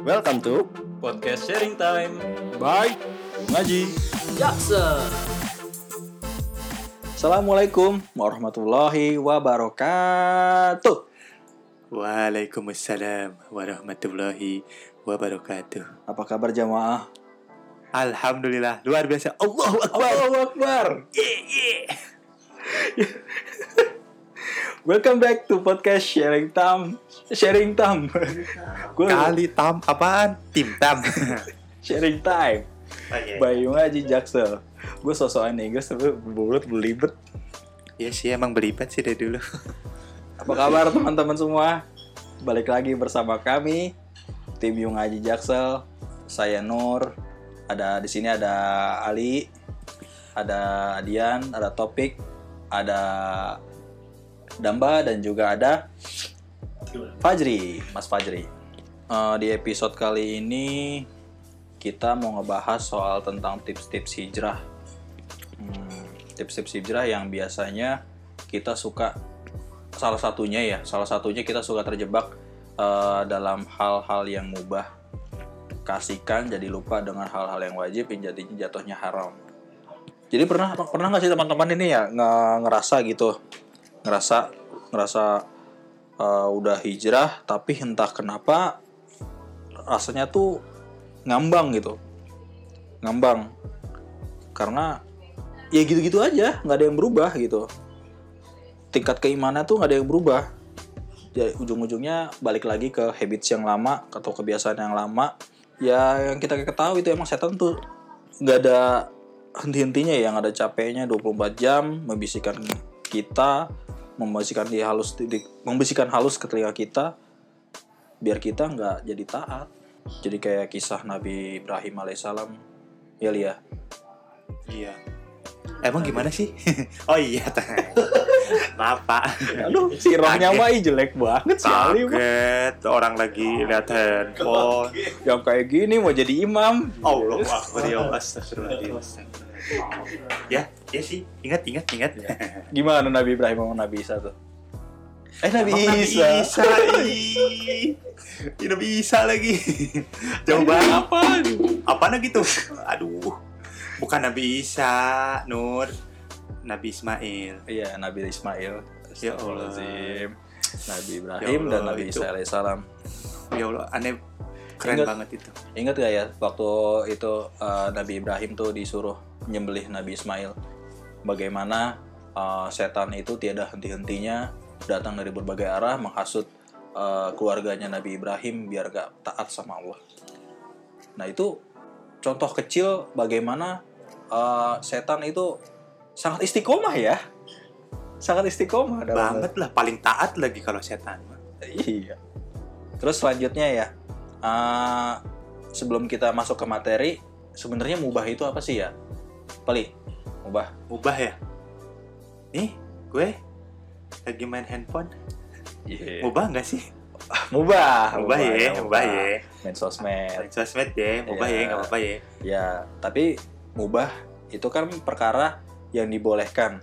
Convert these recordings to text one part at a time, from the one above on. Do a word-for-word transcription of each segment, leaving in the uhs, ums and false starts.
Welcome to Podcast Sharing Time by Ngaji Jackson. Assalamualaikum warahmatullahi wabarakatuh. Waalaikumsalam warahmatullahi wabarakatuh. Apa kabar jamaah? Alhamdulillah, luar biasa. Allahu Akbar. Allahu Akbar. Yeah, yeah. Welcome back to podcast Sharing Time. Sharing Time. Gua Kali tam apaan? Tim tam. Sharing Time. Okay. By Ngaji Jaksel. Gue sosokan Inggris tapi berbulut belibet. Ya sih emang belibet sih dari dulu. Apa kabar teman-teman semua? Balik lagi bersama kami tim Yung Ngaji Jaksel. Saya Nur. Ada di sini ada Ali, ada Adian, ada Topik, ada Damba dan juga ada Fajri, Mas Fajri. Uh, di episode kali ini kita mau ngebahas soal tentang tips-tips hijrah. Hmm, tips-tips hijrah yang biasanya kita suka, salah satunya ya, salah satunya kita suka terjebak uh, dalam hal-hal yang mubah. Kasihkan jadi lupa dengan hal-hal yang wajib yang jadinya jatuhnya haram. Jadi pernah pernah nggak sih teman-teman ini ya nge- ngerasa gitu, ngerasa ngerasa uh, udah hijrah tapi entah kenapa rasanya tuh ngambang gitu, ngambang karena ya gitu-gitu aja, nggak ada yang berubah gitu. Tingkat keimanan tuh nggak ada yang berubah. Jadi ujung-ujungnya balik lagi ke habits yang lama atau kebiasaan yang lama. Ya yang kita ketahui itu emang setan tuh nggak ada henti-hentinya ya, nggak ada capeknya dua puluh empat jam membisikkan kita, membisikkan dia halus, membisikkan halus ke telinga kita biar kita nggak jadi taat. Jadi kayak kisah Nabi Ibrahim alaihissalam ya Lia. Iya. Emang gimana sih? Oh iya. Maaf Pak. Aduh si rohnya mah jelek banget sih Ali mah. Kaget orang lagi lihat handphone. Yang kayak gini mau jadi imam. Allahu Akbar ya astagfirullahaladzim. Ya, ya sih. Ingat, ingat, ingat. Gimana Nabi Ibrahim sama Nabi Isa tuh? Eh Nabi Emang Isa. Nabi Isa. ih. Ih, Nabi Isa lagi. Jauh banget. Apa? Apa lagi tuh? Aduh. Bukan Nabi Isa, Nur. Nabi Ismail. Iya Nabi Ismail. Ya Allah. Astagfirullahaladzim. Nabi Ibrahim Ya Allah, dan Nabi itu. Isa alaihissalam. Ya Allah, aneh. Keren Ingat. banget itu. Ingat gak ya waktu itu uh, Nabi Ibrahim tuh disuruh nyembelih Nabi Ismail. Bagaimana uh, setan itu tiada henti-hentinya datang dari berbagai arah menghasut uh, keluarganya Nabi Ibrahim biar gak taat sama Allah. Nah itu contoh kecil bagaimana uh, setan itu sangat istiqomah ya. Sangat istiqomah dalam Banget lah, paling taat lagi kalau setan. Iya. Terus selanjutnya ya, uh, sebelum kita masuk ke materi, sebenarnya mubah itu apa sih ya? Pali, mubah. Mubah ya? Nih, gue lagi main handphone. Yeah. Mubah nggak sih? Mubah. Mubah ya, mubah ya. Main sosmed. Main sosmed ya, mubah Iya. ya, nggak apa-apa ya. Ya, tapi mubah itu kan perkara yang dibolehkan,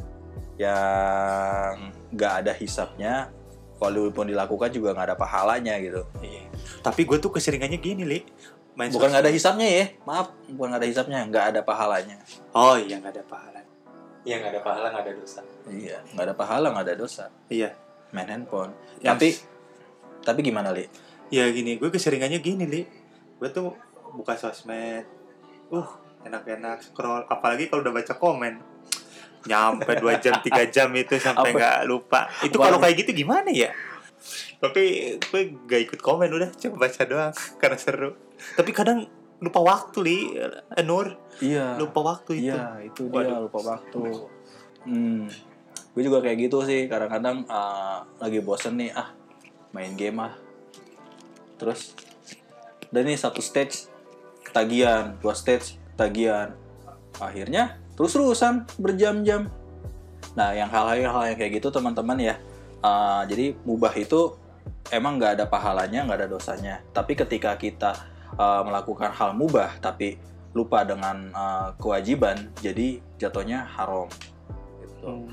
yang nggak ada hisapnya, walaupun dilakukan juga nggak ada pahalanya gitu. Iya. Tapi gue tuh keseringannya gini, Li. Main Bukan nggak ada sosmed. hisapnya ya, maaf, bukan nggak ada hisapnya, nggak ada pahalanya. Oh iya, nggak ada pahala. Iya, nggak ada pahala, nggak ada dosa. Iya, nggak ada pahala, nggak ada dosa. Iya. Main handphone. Yang- Tapi, tapi gimana Li? Ya gini, gue keseringannya gini, Li. Gue tuh buka sosmed. Uh, enak-enak scroll. Apalagi kalau udah baca komen. Nyampe dua jam, tiga jam itu sampai Apa? nggak lupa. Itu Apa? kalau kayak gitu gimana ya? Tapi gue gak ikut komen, udah coba baca doang karena seru. Tapi kadang lupa waktu, Li. Eh, Nur, Iya. lupa waktu itu. Iya, itu dia Waduh. lupa waktu. Hmm. Gue juga kayak gitu sih. Kadang-kadang uh, lagi bosen nih, ah main game ah. Terus, dan nih satu stage ketagihan, dua stage ketagihan. Akhirnya terus-terusan berjam-jam. Nah, yang hal-hal yang kayak gitu teman-teman ya. Uh, jadi mubah itu emang nggak ada pahalanya, nggak ada dosanya. Tapi ketika kita uh, melakukan hal mubah tapi lupa dengan uh, kewajiban, jadi jatuhnya haram. Gitu. Hmm.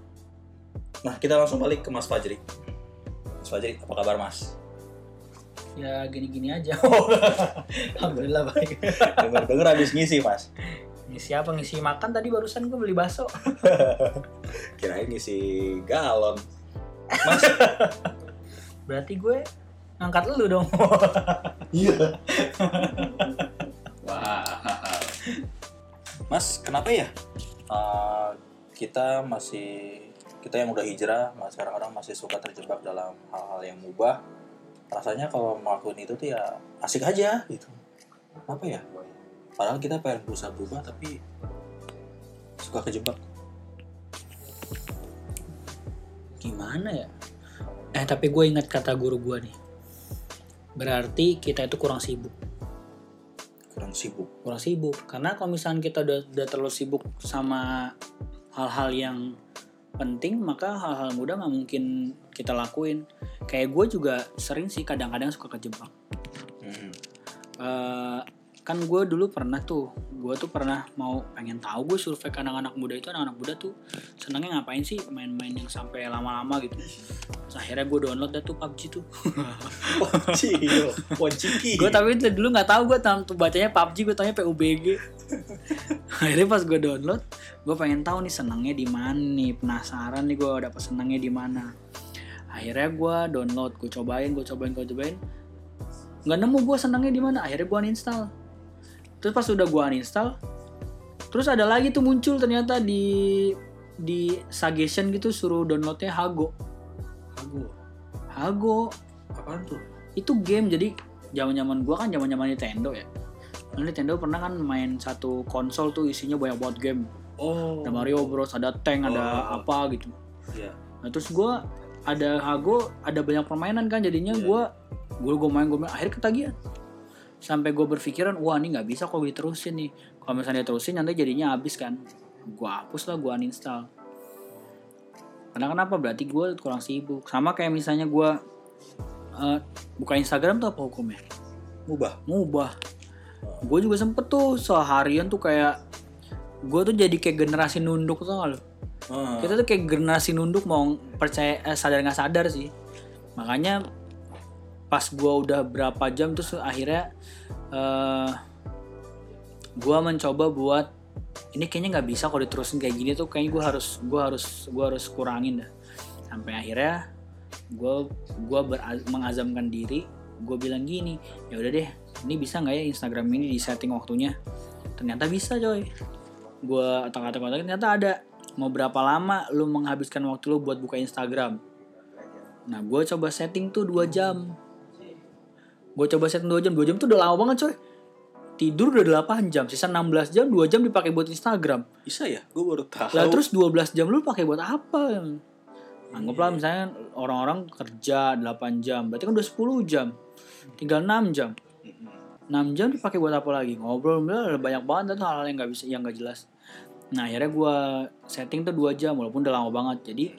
Nah, kita langsung balik ke Mas Fajri. Mas Fajri, apa kabar Mas? Ya gini-gini aja. Alhamdulillah baik. Denger-denger habis ngisi, Mas. Ngisi apa? Ngisi makan tadi barusan gue beli bakso. Kirain ngisi galon. Mas, Berarti gue ngangkat lu dong. iya. Wah. Mas, kenapa ya? Uh, kita masih kita yang udah hijrah, mas kadang-kadang masih suka terjebak dalam hal-hal yang mubah. Rasanya kalau melakukan itu tuh ya asik aja gitu. Kenapa ya? Padahal kita pengen berusaha berubah tapi suka kejebak. Gimana ya? Eh tapi gue ingat kata guru gue nih. Berarti kita itu kurang sibuk. Kurang sibuk. Kurang sibuk. Karena kalau misalnya kita udah, udah terlalu sibuk sama hal-hal yang penting, maka hal-hal mudah gak mungkin kita lakuin. Kayak gue juga sering sih kadang-kadang suka kejebak. Mm-hmm. Uh, kan gue dulu pernah tuh, gue tuh pernah mau pengen tahu gue survei ke anak-anak muda itu, anak-anak muda tuh senangnya ngapain sih, main-main yang sampai lama-lama gitu. Terus akhirnya gue download dah tuh P U B G tuh. P U B G, Ponciki. Gue tapi dulu nggak tahu gue tuh bacanya P U B G, gue taunya P U B G. Akhirnya pas gue download, gue pengen tahu nih senangnya di mana nih, penasaran nih gue dapet senangnya di mana. Akhirnya gue download, gue cobain, gue cobain, gue cobain, nggak nemu gue senangnya di mana. Akhirnya gue uninstall. Terus pas udah gue uninstall, terus ada lagi tuh muncul ternyata di di suggestion gitu suruh downloadnya Hago. Hago. Hago. Apaan tuh? Itu game, jadi zaman-zaman gue kan zaman-zaman Nintendo ya. Nintendo pernah kan main satu konsol tuh isinya banyak banget game. Oh. Ada Mario Bros, ada tank, Oh. ada apa gitu. Iya. Nah terus gue ada Hago, ada banyak permainan kan, jadinya Iya, gue gue gue main gue main akhirnya ketagihan. Sampai gue berpikiran, wah ini nggak bisa kalau diterusin nih. Kalau misalnya diterusin nanti jadinya habis kan. Gue hapus lah, gue uninstall. Karena kenapa? Berarti gue kurang sibuk. Sama kayak misalnya gue uh, buka Instagram tuh apa hukumnya? Mubah. Mubah. Gue juga sempet tuh seharian tuh kayak gue tuh jadi kayak generasi nunduk tuh nggak lo? Uh. Kita tuh kayak generasi nunduk mau percaya eh, sadar nggak sadar sih. Makanya pas gue udah berapa jam terus akhirnya uh, gue mencoba buat ini kayaknya nggak bisa kalau diterusin kayak gini tuh, kayaknya gue harus gue harus gue harus kurangin dah. Sampai akhirnya gue gue mengazamkan diri, gue bilang gini, ya udah deh, ini bisa nggak ya Instagram ini di setting waktunya? Ternyata bisa coy. Gue otak-otak ternyata ada. Mau berapa lama lu menghabiskan waktu lu buat buka Instagram? Nah gue coba setting tuh dua jam. Gue coba setting dua jam, dua jam tuh udah lama banget coy. Tidur udah delapan jam, sisa enam belas jam, dua jam dipakai buat Instagram. Bisa ya? Gue baru tahu. Lah terus dua belas jam lu pakai buat apa? Anggaplah misalnya orang-orang kerja delapan jam, berarti kan udah sepuluh jam. Tinggal enam jam. enam jam dipakai buat apa lagi? Ngobrol, banyak banget tuh hal-hal yang enggak bisa, yang enggak jelas. Nah, akhirnya gue setting tuh dua jam walaupun udah lama banget. Jadi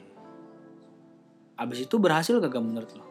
abis itu berhasil kagak menurut lo?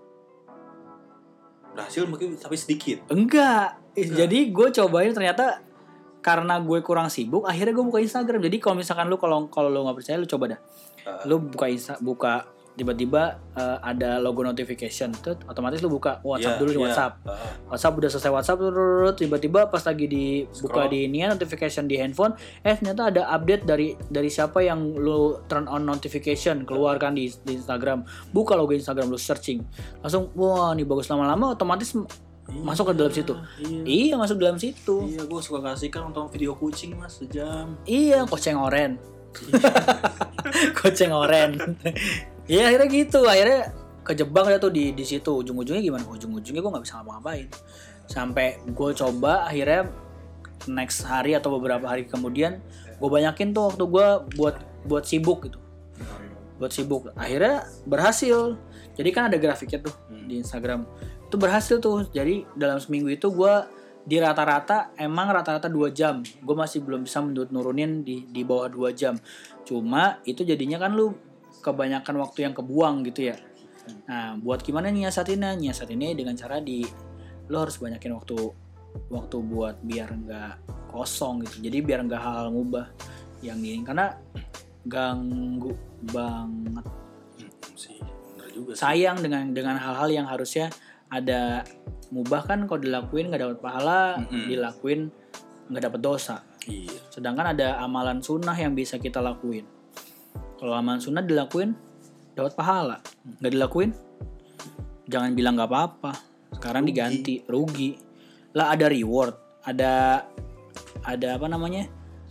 Berhasil mungkin tapi sedikit. Enggak. Enggak. Jadi gue cobain ternyata karena gue kurang sibuk, akhirnya gue buka Instagram. Jadi kalau misalkan lu kalau kalau lu nggak percaya, lu coba dah. Uh. Lu buka Insta, buka tiba-tiba uh, ada logo notification, tuh otomatis lu buka WhatsApp yeah, dulu di yeah. WhatsApp. Uh. WhatsApp udah selesai WhatsApp, tiba-tiba pas lagi dibuka di ini notification di handphone, eh ternyata ada update dari dari siapa yang lu turn on notification keluarkan di, di Instagram. Buka logo Instagram, lu searching, langsung wah nih bagus, lama-lama otomatis iya, masuk ke dalam situ. Iya. iya, masuk dalam situ. Iya, gue suka kasih kan nonton video kucing mas sejam. Iya, koceng oren. Koceng oren. Iya, akhirnya gitu. Akhirnya kejebak ya tuh di di situ. Ujung-ujungnya gimana? Ujung-ujungnya gue nggak bisa ngapa-ngapain. Sampai gue coba akhirnya next hari atau beberapa hari kemudian gue banyakin tuh waktu gue buat buat sibuk gitu. Buat sibuk. Akhirnya berhasil. Jadi kan ada grafiknya tuh hmm. di Instagram. Itu berhasil tuh. Jadi dalam seminggu itu gue di rata-rata emang rata-rata dua jam. Gue masih belum bisa nurunin di di bawah dua jam. Cuma itu jadinya kan lu kebanyakan waktu yang kebuang gitu ya. Nah, buat gimana nyiasatinnya? Nyiasatinnya dengan cara di lo harus banyakin waktu waktu buat biar enggak kosong gitu. Jadi biar enggak hal-hal ngubah yang ini karena ganggu banget. Sih, bener juga sih. Sayang dengan dengan hal-hal yang harusnya ada mubah kan kalau dilakuin nggak dapat pahala, Mm-mm. dilakuin nggak dapat dosa. Iya. Sedangkan ada amalan sunnah yang bisa kita lakuin. Kalau amalan sunnah dilakuin dapat pahala, nggak dilakuin jangan bilang nggak apa-apa. Sekarang Rugi. diganti rugi. Lah ada reward, ada ada apa namanya?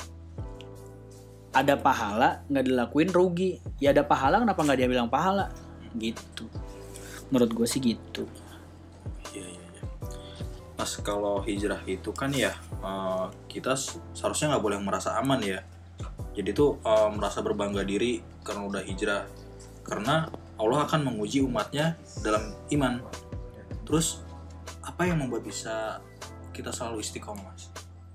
Ada pahala nggak dilakuin rugi. Ya ada pahala kenapa nggak dia bilang pahala? Gitu. Menurut gue sih gitu. Iya, iya, iya. Mas, kalau hijrah itu kan ya eh, kita seharusnya nggak boleh merasa aman ya. Jadi tuh eh, merasa berbangga diri karena udah hijrah. Karena Allah akan menguji umatnya dalam iman. Terus apa yang membuat bisa kita selalu istiqomah, Mas?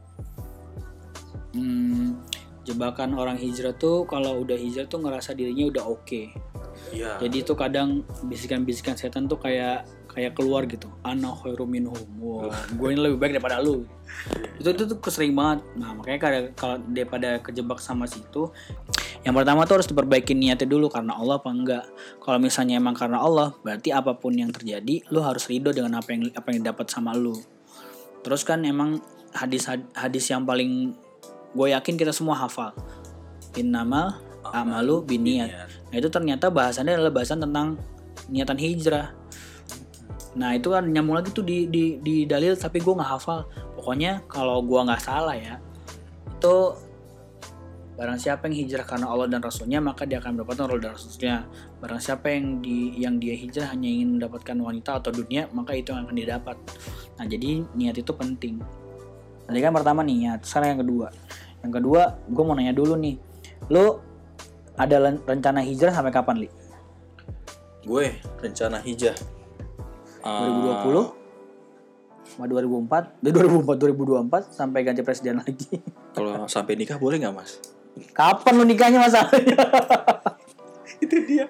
Hmm, jebakan orang hijrah tuh kalau udah hijrah tuh ngerasa dirinya udah oke. Okay. Iya. Jadi tuh kadang bisikan-bisikan setan tuh kayak kayak keluar gitu. Ana khairum minhum. Wah, gue ini lebih baik daripada lu. Itu itu tuh sering banget. Nah, makanya kadang kalau daripada kejebak sama situ, yang pertama tuh harus diperbaiki niatnya dulu karena Allah apa enggak. Kalau misalnya emang karena Allah, berarti apapun yang terjadi, lu harus ridho dengan apa yang apa yang didapat sama lu. Terus kan emang hadis hadis yang paling gue yakin kita semua hafal. Innamal amalu biniat. Nah, itu ternyata bahasannya adalah bahasan tentang niatan hijrah. Nah, itu kan nyambung lagi tuh di di di dalil tapi gue nggak hafal. Pokoknya kalau gue nggak salah ya, itu barang siapa yang hijrah karena Allah dan Rasulnya maka dia akan mendapatkan Allah dan Rasulnya. Barang siapa yang di yang dia hijrah hanya ingin mendapatkan wanita atau dunia maka itu yang akan didapat. Nah, jadi niat itu penting. Tadi kan pertama niat, sekarang yang kedua. Yang kedua, gue mau nanya dulu nih, lu ada rencana hijrah sampai kapan, Li? Gue rencana hijrah dua ribu dua puluh sama dua ribu empat, dua ribu empat dua ribu dua puluh empat sampai ganti presiden lagi. Kalau sampai nikah boleh nggak, Mas? Kapan lu nikahnya masalahnya? Itu dia.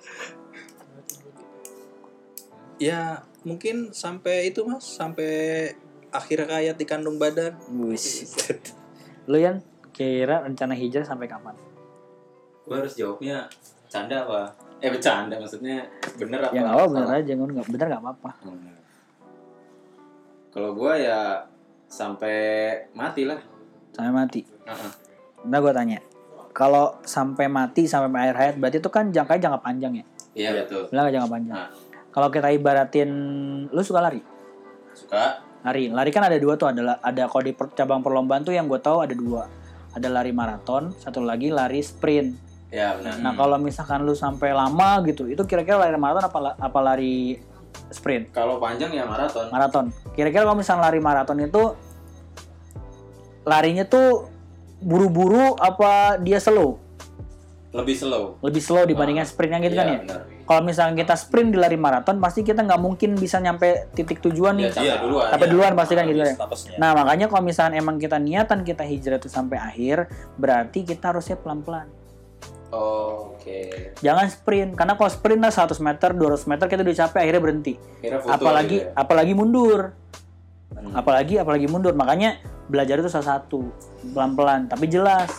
Ya mungkin sampai itu, Mas, sampai akhir hayat di kandung badan. Buset. Lu Yan, kira rencana hijrah sampai kapan? Gue harus jawabnya canda apa? Eh bercanda maksudnya bener apa? Ya nggak apa bener salah? aja, nggak bener nggak apa-apa. Hmm. Kalau gue ya sampai mati lah. Sampai mati. Uh-uh. Nah gue tanya, kalau sampai mati sampai akhir hayat berarti itu kan jangkanya jangka panjang ya? Iya betul. Bilang nggak jangka panjang. Nah. Kalau kita ibaratin, lu suka lari? Suka. Lari, lari kan ada dua tuh, ada ada kalau di per- cabang perlombaan tuh yang gue tahu ada dua, ada lari maraton, satu lagi lari sprint. Ya benar. Nah kalau misalkan lu sampai lama gitu, itu kira-kira lari maraton apa la- apa lari sprint? Kalau panjang ya maraton. Maraton. Kira-kira kalau misalkan lari maraton itu larinya tuh buru-buru apa dia slow? Lebih slow. Lebih slow dibandingkan sprintnya gitu Iya, kan ya? benar. Kalau misalkan kita sprint di lari maraton, pasti kita nggak mungkin bisa nyampe titik tujuan nih. Iya, capek duluan. Sampai ya. duluan pasti kan gitu ya. Napasnya. Nah makanya kalau misalkan emang kita niatan kita hijrah itu sampai akhir, berarti kita harusnya pelan-pelan. Oh, Oke. Jangan sprint, karena kalau sprint lah seratus meter, dua ratus meter kita udah capek akhirnya berhenti. Kira futur Apalagi gitu ya. apalagi mundur. Hmm. Apalagi apalagi mundur. Makanya belajar itu salah satu, pelan-pelan tapi jelas.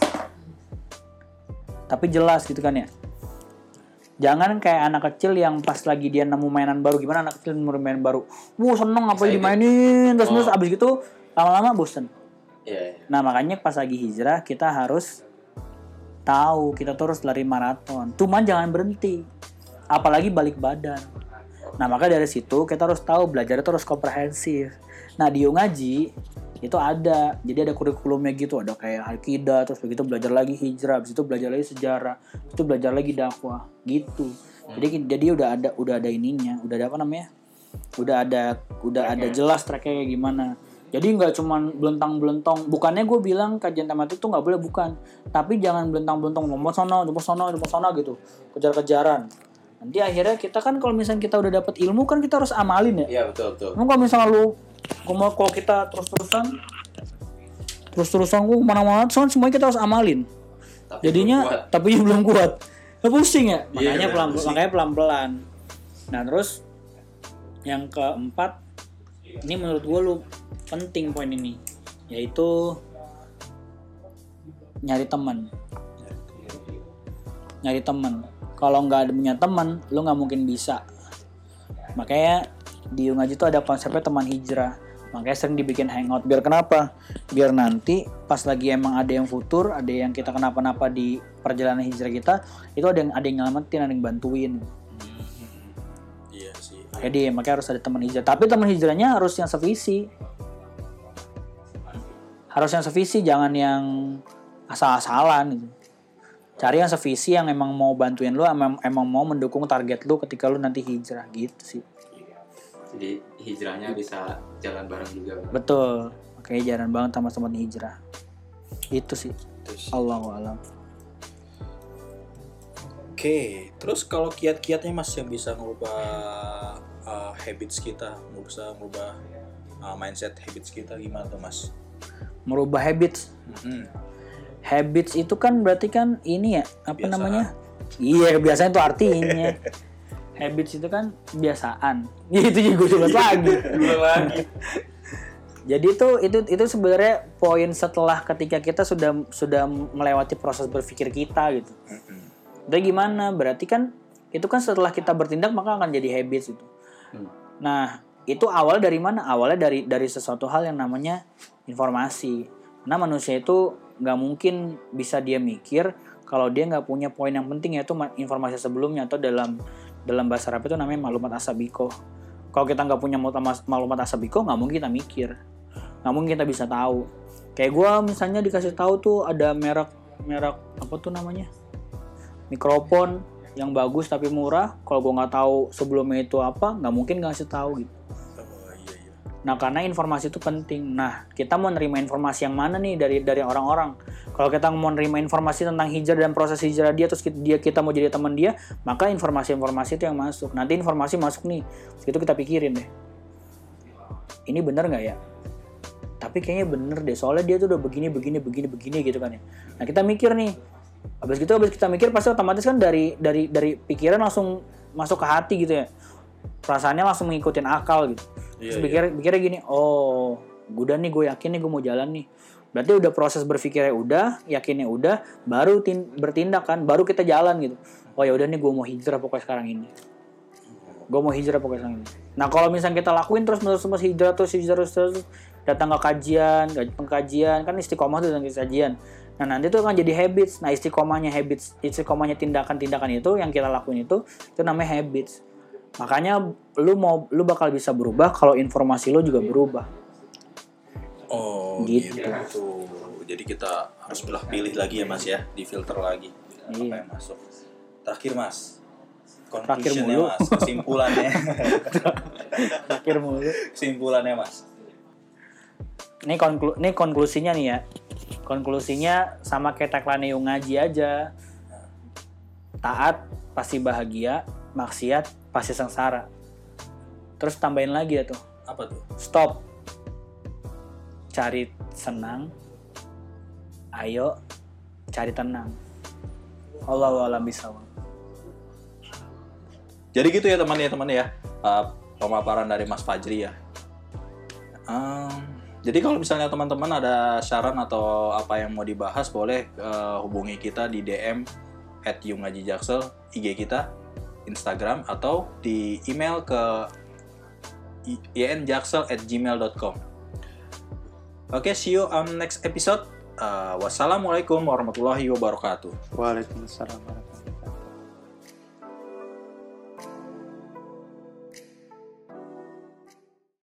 Tapi jelas gitu kan ya. Jangan kayak anak kecil yang pas lagi dia nemu mainan baru, gimana anak kecil nemu mainan baru. Wuh seneng apa Excited. dimainin terus terus Oh. abis gitu lama-lama bosen. Iya. Iya. Nah makanya pas lagi hijrah kita harus tahu kita terus lari maraton. Cuman jangan berhenti. Apalagi balik badan. Nah maka dari situ kita harus tahu belajar itu harus komprehensif. Nah di Ngaji itu ada, jadi ada kurikulumnya gitu, ada kayak Al-Qidah, terus begitu belajar lagi hijrah, habis itu belajar lagi sejarah, habis itu belajar lagi dakwah, gitu. Jadi jadi udah ada udah ada ininya, udah ada apa namanya? Udah ada udah ada jelas tracknya kayak gimana. Jadi nggak cuman belentang-belentong. Bukannya gue bilang kajian tematik itu nggak boleh, bukan. Tapi jangan belentang-belentong lompat sono, lompat sono, lompat sono gitu, kejar-kejaran. Nanti akhirnya kita kan kalau misalnya kita udah dapat ilmu kan kita harus amalin ya. Iya betul betul. Emang kalau misalnya lu kalau kalau kita terus-terusan terus-terusan gue mana-mana terus semuanya kita harus amalin. Tapi Jadinya belum kuat. tapi belum kuat. Nah, pusing ya. Iya, Makanya benar, pelan pusing. makanya pelan-pelan. Nah, terus yang keempat ini menurut gue lu penting poin ini, yaitu nyari teman. Nyari teman. Kalau nggak ada punya teman, lu nggak mungkin bisa. Makanya di Yung Ngaji itu ada konsepnya teman hijrah. Makanya sering dibikin hangout. Biar kenapa? Biar nanti pas lagi emang ada yang futur, ada yang kita kenapa-napa di perjalanan hijrah kita, itu ada yang ada yang nyelamatin, ada yang bantuin. Iya sih. Jadi makanya harus ada teman hijrah. Tapi teman hijrahnya harus yang sevisi. Harus yang sevisi, jangan yang asal-asalan gitu. Cari yang sevisi yang emang mau bantuin lu, emang, emang mau mendukung target lu ketika lu nanti hijrah gitu sih. Jadi hijrahnya bisa jalan bareng juga. Bang. Betul. Makanya jarang banget sama teman hijrah. Itu sih. Itu sih. Allahu a'lam. Oke, terus kalau kiat-kiatnya Mas yang bisa ngubah uh, habits kita, bisa ngubah uh, mindset habits kita gimana tuh Mas? Merubah habits. Mm-hmm. Habits itu kan berarti kan ini ya, apa Kebiasaan. namanya? Iya, kebiasaan itu artinya. Habits itu kan kebiasaan. Itu juga gue ulang lagi. Ulang lagi. Jadi itu itu itu sebenarnya poin setelah ketika kita sudah sudah melewati proses berpikir kita gitu. Mm-hmm. Jadi gimana? Berarti kan itu kan setelah kita bertindak maka akan jadi habits itu. Hmm. Nah, itu awal dari mana? Awalnya dari dari sesuatu hal yang namanya informasi. Nah, manusia itu nggak mungkin bisa dia mikir kalau dia nggak punya poin yang penting, yaitu informasi sebelumnya, atau dalam dalam bahasa Arab itu namanya maklumat asabiko. Kalau kita nggak punya maklumat asabiko, nggak mungkin kita mikir, nggak mungkin kita bisa tahu. Kayak gue misalnya dikasih tahu tuh ada merek merek apa tuh namanya, mikrofon yang bagus tapi murah. Kalau gue nggak tahu sebelumnya itu apa, nggak mungkin ngasih tahu gitu. Oh, iya, iya. Nah, karena informasi itu penting. Nah, kita mau nerima informasi yang mana nih dari dari orang-orang? Kalau kita mau nerima informasi tentang hijrah dan proses hijrah dia, terus kita, dia kita mau jadi teman dia, maka informasi-informasi itu yang masuk. Nanti informasi masuk nih, itu kita pikirin deh. Ini benar nggak ya? Tapi kayaknya bener deh, soalnya dia tuh udah begini, begini, begini, begini gitu kan ya. Nah, kita mikir nih. Habis gitu, habis kita mikir pasti otomatis kan dari dari dari pikiran langsung masuk ke hati gitu ya. Perasaannya langsung ngikutin akal gitu. Terus Iya, pikir, pikirnya gini, oh, udah nih gue yakin nih gue mau jalan nih. Berarti udah proses berpikirnya udah, yakinnya udah, baru tin- bertindak kan, baru kita jalan gitu. Oh ya udah nih gue mau hijrah pokoknya sekarang ini. Gue mau hijrah pokoknya sekarang ini. Nah kalau misalnya kita lakuin terus terus terus hijrah terus hijrah terus, terus datang ke kajian, datang ke kajian kan istiqomah tuh datang ke kajian. Nah nanti itu akan jadi habits. Nah istiqomahnya habits, istiqomahnya tindakan-tindakan itu yang kita lakuin itu, itu namanya habits. Makanya lu mau lu bakal bisa berubah kalau informasi lu juga berubah. Oh, Gitu. gitu. Jadi kita harus belah pilih lagi ya Mas ya, difilter lagi apa Iya. yang masuk. Terakhir Mas, Terakhir conclusion-nya mulu. Mas, kesimpulannya. Terakhir mulu. Kesimpulannya Mas. Ini konklu ini konklusinya nih ya. Konklusinya sama kayak tagline Yung Ngaji aja. Taat pasti bahagia, maksiat pasti sengsara. Terus tambahin lagi ya tuh. Apa tuh? Stop. Cari senang. Ayo cari tenang. Allahu a'lam bishawab. Jadi gitu ya teman ya teman ya. Uh, pemaparan dari Mas Fajri ya. Um, jadi kalau misalnya teman-teman ada saran atau apa yang mau dibahas, boleh uh, hubungi kita di D M at yung ngaji jaksel I G kita, Instagram, atau di email ke y n jaksel at gmail dot com. Oke, okay, see you on next episode. Uh, wassalamualaikum warahmatullahi wabarakatuh. Waalaikumsalam.